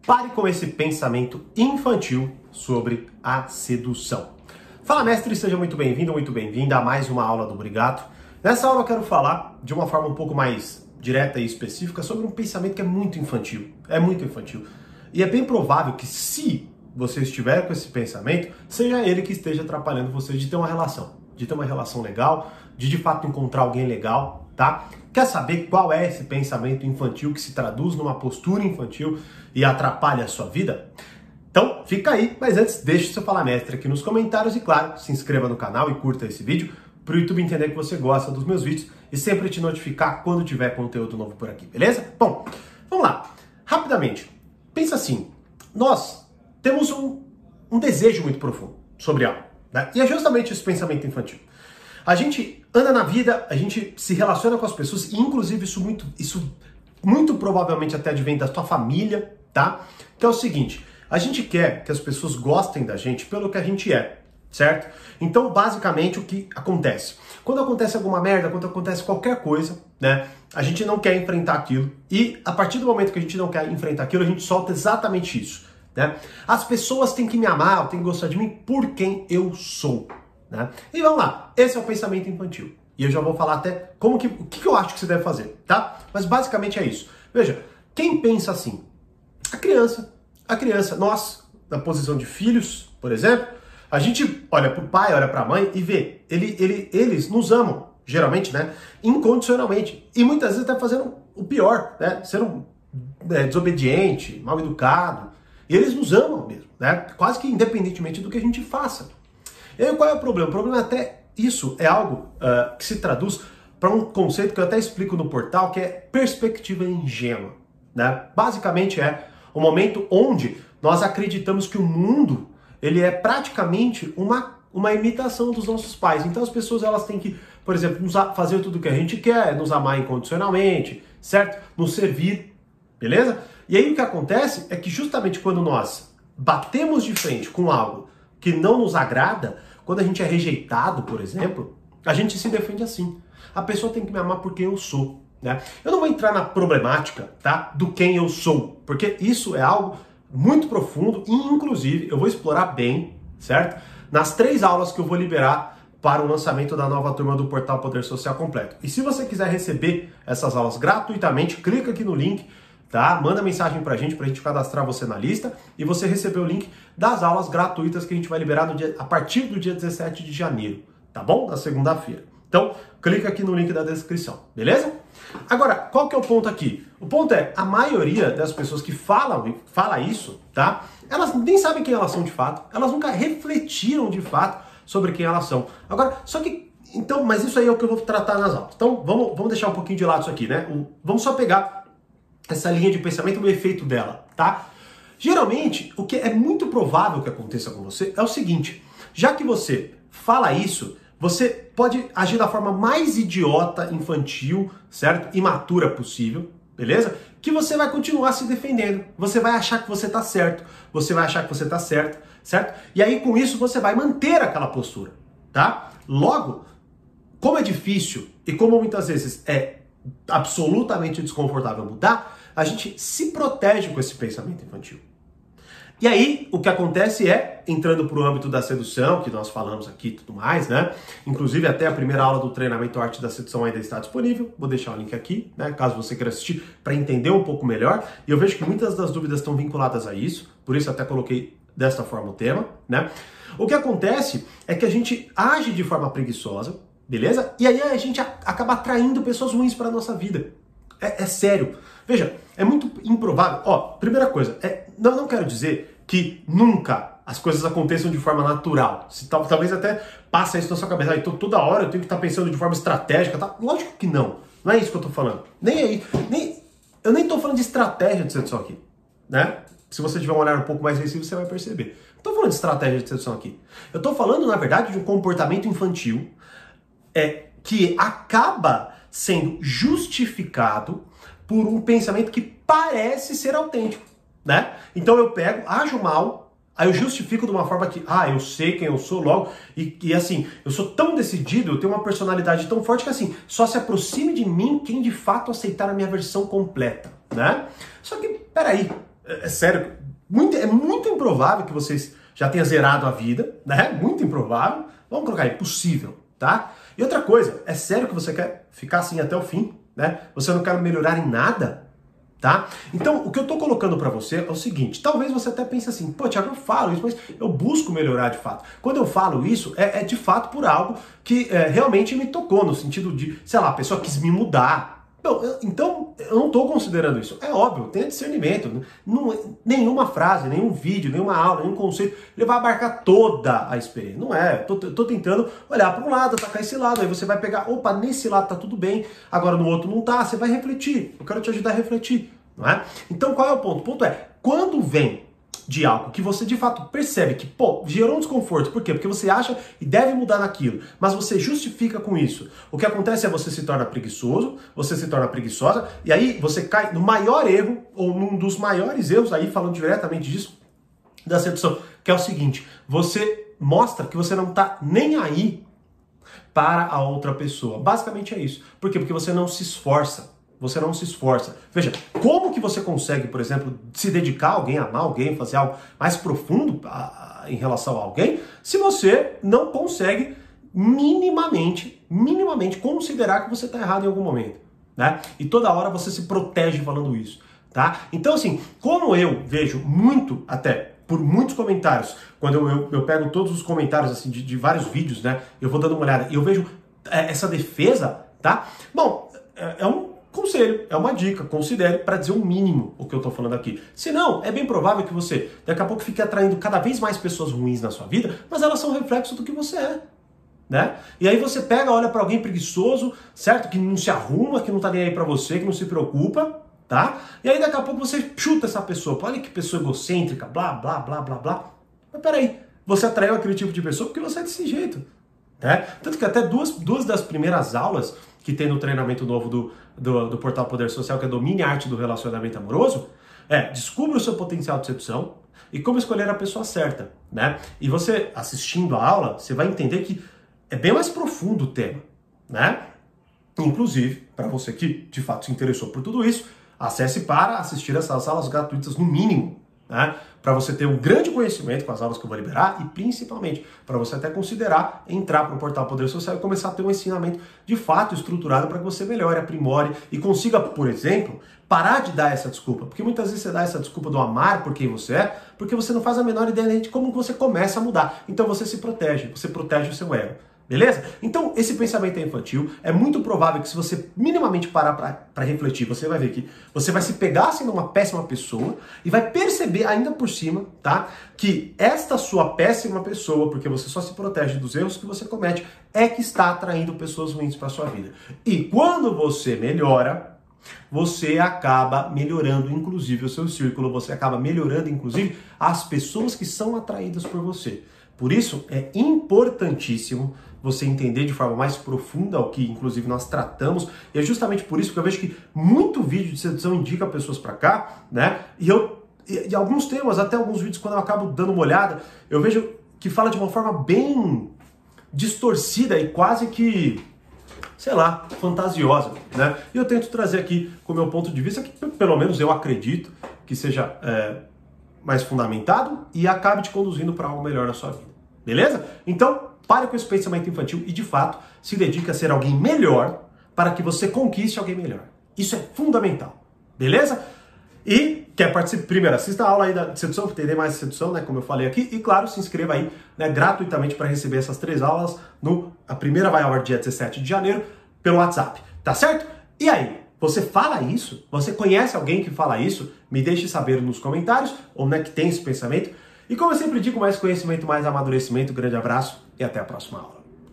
Pare com esse pensamento infantil sobre a sedução. Fala, mestre, seja muito bem-vindo, muito bem-vinda a mais uma aula do Brigato. Nessa aula eu quero falar de uma forma um pouco mais direta e específica sobre um pensamento que é muito infantil. É muito infantil. E é bem provável que, se você estiver com esse pensamento, seja ele que esteja atrapalhando você de ter uma relação legal, de fato encontrar alguém legal, tá? Quer saber qual é esse pensamento infantil que se traduz numa postura infantil e atrapalha a sua vida? Então, fica aí, mas antes, deixe o seu Fala Mestre aqui nos comentários e, claro, se inscreva no canal e curta esse vídeo para o YouTube entender que você gosta dos meus vídeos e sempre te notificar quando tiver conteúdo novo por aqui, beleza? Bom, vamos lá. Rapidamente, pensa assim, nós temos um desejo muito profundo sobre algo, né? E é justamente esse pensamento infantil. A gente anda na vida, a gente se relaciona com as pessoas, e inclusive isso muito provavelmente até advém da tua família, tá? Que é o seguinte, a gente quer que as pessoas gostem da gente pelo que a gente é, certo? Então, basicamente, o que acontece? Quando acontece alguma merda, quando acontece qualquer coisa, né? A gente não quer enfrentar aquilo, e a partir do momento que a gente não quer enfrentar aquilo, a gente solta exatamente isso, né? As pessoas têm que me amar, têm que gostar de mim por quem eu sou, né? E vamos lá, esse é o pensamento infantil. E eu já vou falar até o que eu acho que você deve fazer, tá? Mas basicamente é isso. Veja, quem pensa assim? A criança, nós, na posição de filhos, por exemplo, a gente olha pro pai, olha pra mãe e vê, eles nos amam, geralmente, né? Incondicionalmente. E muitas vezes até fazendo o pior, né? Sendo desobediente, mal educado. E eles nos amam mesmo, né? Quase que independentemente do que a gente faça. E aí, qual é o problema? O problema é até isso é algo que se traduz para um conceito que eu até explico no portal, que é perspectiva ingênua, né? Basicamente é o momento onde nós acreditamos que o mundo ele é praticamente uma imitação dos nossos pais. Então as pessoas elas têm que, por exemplo, fazer tudo o que a gente quer, nos amar incondicionalmente, certo? Nos servir, beleza? E aí o que acontece é que justamente quando nós batemos de frente com algo que não nos agrada, quando a gente é rejeitado, por exemplo, a gente se defende assim. A pessoa tem que me amar por quem eu sou, né? Eu não vou entrar na problemática, tá, do quem eu sou, porque isso é algo muito profundo e, inclusive, eu vou explorar bem, certo? Nas 3 aulas que eu vou liberar para o lançamento da nova turma do Portal Poder Social Completo. E se você quiser receber essas aulas gratuitamente, clica aqui no link, tá? Manda mensagem pra gente cadastrar você na lista e você receber o link das aulas gratuitas que a gente vai liberar a partir do dia 17 de janeiro, tá bom? Na segunda-feira. Então, clica aqui no link da descrição, beleza? Agora, qual que é o ponto aqui? O ponto é, a maioria das pessoas que fala isso, tá? Elas nem sabem quem elas são de fato, elas nunca refletiram de fato sobre quem elas são. Agora, só que, então, mas isso aí é o que eu vou tratar nas aulas. Então, vamos deixar um pouquinho de lado isso aqui, né? Vamos só pegar essa linha de pensamento e o efeito dela, tá? Geralmente, o que é muito provável que aconteça com você é o seguinte, já que você fala isso, você pode agir da forma mais idiota, infantil, certo? Imatura possível, beleza? Que você vai continuar se defendendo. Você vai achar que você tá certo. Você vai achar que você tá certo, certo? E aí, com isso, você vai manter aquela postura, tá? Logo, como é difícil e como muitas vezes é absolutamente desconfortável mudar, a gente se protege com esse pensamento infantil. E aí, o que acontece é, entrando para o âmbito da sedução, que nós falamos aqui e tudo mais, né? Inclusive, até a primeira aula do treinamento Arte da Sedução ainda está disponível. Vou deixar o link aqui, né? Caso você queira assistir, para entender um pouco melhor. E eu vejo que muitas das dúvidas estão vinculadas a isso, por isso até coloquei dessa forma o tema, né? O que acontece é que a gente age de forma preguiçosa, beleza? E aí a gente acaba atraindo pessoas ruins para a nossa vida. É sério. Veja, é muito improvável. Ó, primeira coisa, não quero dizer que nunca as coisas aconteçam de forma natural. Talvez até passe isso na sua cabeça. Então toda hora eu tenho que estar pensando de forma estratégica. Tá? Lógico que não. Não é isso que eu estou falando. Eu nem estou falando de estratégia de sedução aqui, né? Se você tiver um olhar um pouco mais sensível, você vai perceber. Não estou falando de estratégia de sedução aqui. Eu estou falando, na verdade, de um comportamento infantil que acaba sendo justificado por um pensamento que parece ser autêntico, né? Então eu ajo mal, aí eu justifico de uma forma que, eu sei quem eu sou logo, e assim, eu sou tão decidido, eu tenho uma personalidade tão forte que assim, só se aproxime de mim quem de fato aceitar a minha versão completa, né? Só que, peraí, É sério, é muito improvável que vocês já tenham zerado a vida, né? Muito improvável. Vamos colocar aí, possível, tá? E outra coisa, é sério que você quer ficar assim até o fim, né? Você não quer melhorar em nada, tá? Então, o que eu tô colocando pra você é o seguinte, talvez você até pense assim, pô, Thiago, eu falo isso, mas eu busco melhorar de fato. Quando eu falo isso, é de fato por algo que realmente me tocou, no sentido de, sei lá, a pessoa quis me mudar. Então, eu não estou considerando isso. É óbvio, tenha discernimento. Nenhuma frase, nenhum vídeo, nenhuma aula, nenhum conceito, ele vai abarcar toda a experiência. Não é. Tô tentando olhar para um lado, atacar esse lado, aí você vai pegar, opa, nesse lado tá tudo bem, agora no outro não tá, você vai refletir. Eu quero te ajudar a refletir, não é? Então, qual é o ponto? O ponto é, quando vem de algo que você de fato percebe que, pô, gerou um desconforto. Por quê? Porque você acha e deve mudar naquilo, mas você justifica com isso. O que acontece é você se torna preguiçoso, você se torna preguiçosa, e aí você cai no maior erro, ou num dos maiores erros, aí falando diretamente disso, da sedução, que é o seguinte, você mostra que você não tá nem aí para a outra pessoa. Basicamente é isso. Por quê? Porque você não se esforça. Você não se esforça. Veja, como que você consegue, por exemplo, se dedicar a alguém, amar alguém, fazer algo mais profundo em relação a alguém, se você não consegue minimamente considerar que você está errado em algum momento, né? E toda hora você se protege falando isso, tá? Então, assim, como eu vejo muito, até por muitos comentários, quando eu pego todos os comentários assim de vários vídeos, né? Eu vou dando uma olhada e eu vejo essa defesa, tá? Bom, é um conselho, é uma dica, considere para dizer o mínimo o que eu estou falando aqui. Senão, é bem provável que você daqui a pouco fique atraindo cada vez mais pessoas ruins na sua vida, mas elas são reflexo do que você é, né? E aí você pega, olha para alguém preguiçoso, certo? Que não se arruma, que não tá nem aí para você, que não se preocupa, tá? E aí daqui a pouco você chuta essa pessoa, olha que pessoa egocêntrica, blá, blá, blá, blá, blá. Mas peraí, você atraiu aquele tipo de pessoa porque você é desse jeito, né? Tanto que até duas das primeiras aulas que tem no treinamento novo do Portal Poder Social, que é Domine a Arte do Relacionamento Amoroso, descubra o seu potencial de sedução e como escolher a pessoa certa, né? E você, assistindo a aula, você vai entender que é bem mais profundo o tema, né? Inclusive, para você que de fato se interessou por tudo isso, acesse para assistir essas aulas gratuitas no mínimo, né? Para você ter um grande conhecimento com as aulas que eu vou liberar e principalmente para você até considerar entrar para o Portal Poder Social e começar a ter um ensinamento de fato estruturado para que você melhore, aprimore e consiga, por exemplo, parar de dar essa desculpa. Porque muitas vezes você dá essa desculpa do amar por quem você é, porque você não faz a menor ideia de como você começa a mudar. Então você se protege, você protege o seu ego. Beleza? Então, esse pensamento é infantil. É muito provável que se você minimamente parar para refletir, você vai ver que você vai se pegar sendo uma péssima pessoa e vai perceber ainda por cima, tá? Que esta sua péssima pessoa, porque você só se protege dos erros que você comete, é que está atraindo pessoas ruins para sua vida. E quando você melhora, você acaba melhorando inclusive o seu círculo, você acaba melhorando inclusive as pessoas que são atraídas por você. Por isso, é importantíssimo você entender de forma mais profunda o que, inclusive, nós tratamos. E é justamente por isso que eu vejo que muito vídeo de sedução indica pessoas para cá, né? E alguns temas, até alguns vídeos, quando eu acabo dando uma olhada, eu vejo que fala de uma forma bem distorcida e quase que, sei lá, fantasiosa, né? E eu tento trazer aqui com o meu ponto de vista, que pelo menos eu acredito que seja mais fundamentado e acabe te conduzindo para algo melhor na sua vida. Beleza? Então, pare com esse pensamento infantil e, de fato, se dedique a ser alguém melhor para que você conquiste alguém melhor. Isso é fundamental. Beleza? E quer participar? Primeiro, assista a aula aí de sedução, para entender mais de sedução, né? Como eu falei aqui. E, claro, se inscreva aí, né, gratuitamente para receber essas 3 aulas. A primeira vai ao ar dia 17 de janeiro pelo WhatsApp. Tá certo? E aí? Você fala isso? Você conhece alguém que fala isso? Me deixe saber nos comentários, ou né, que tem esse pensamento. E como eu sempre digo, mais conhecimento, mais amadurecimento. Grande abraço e até a próxima aula.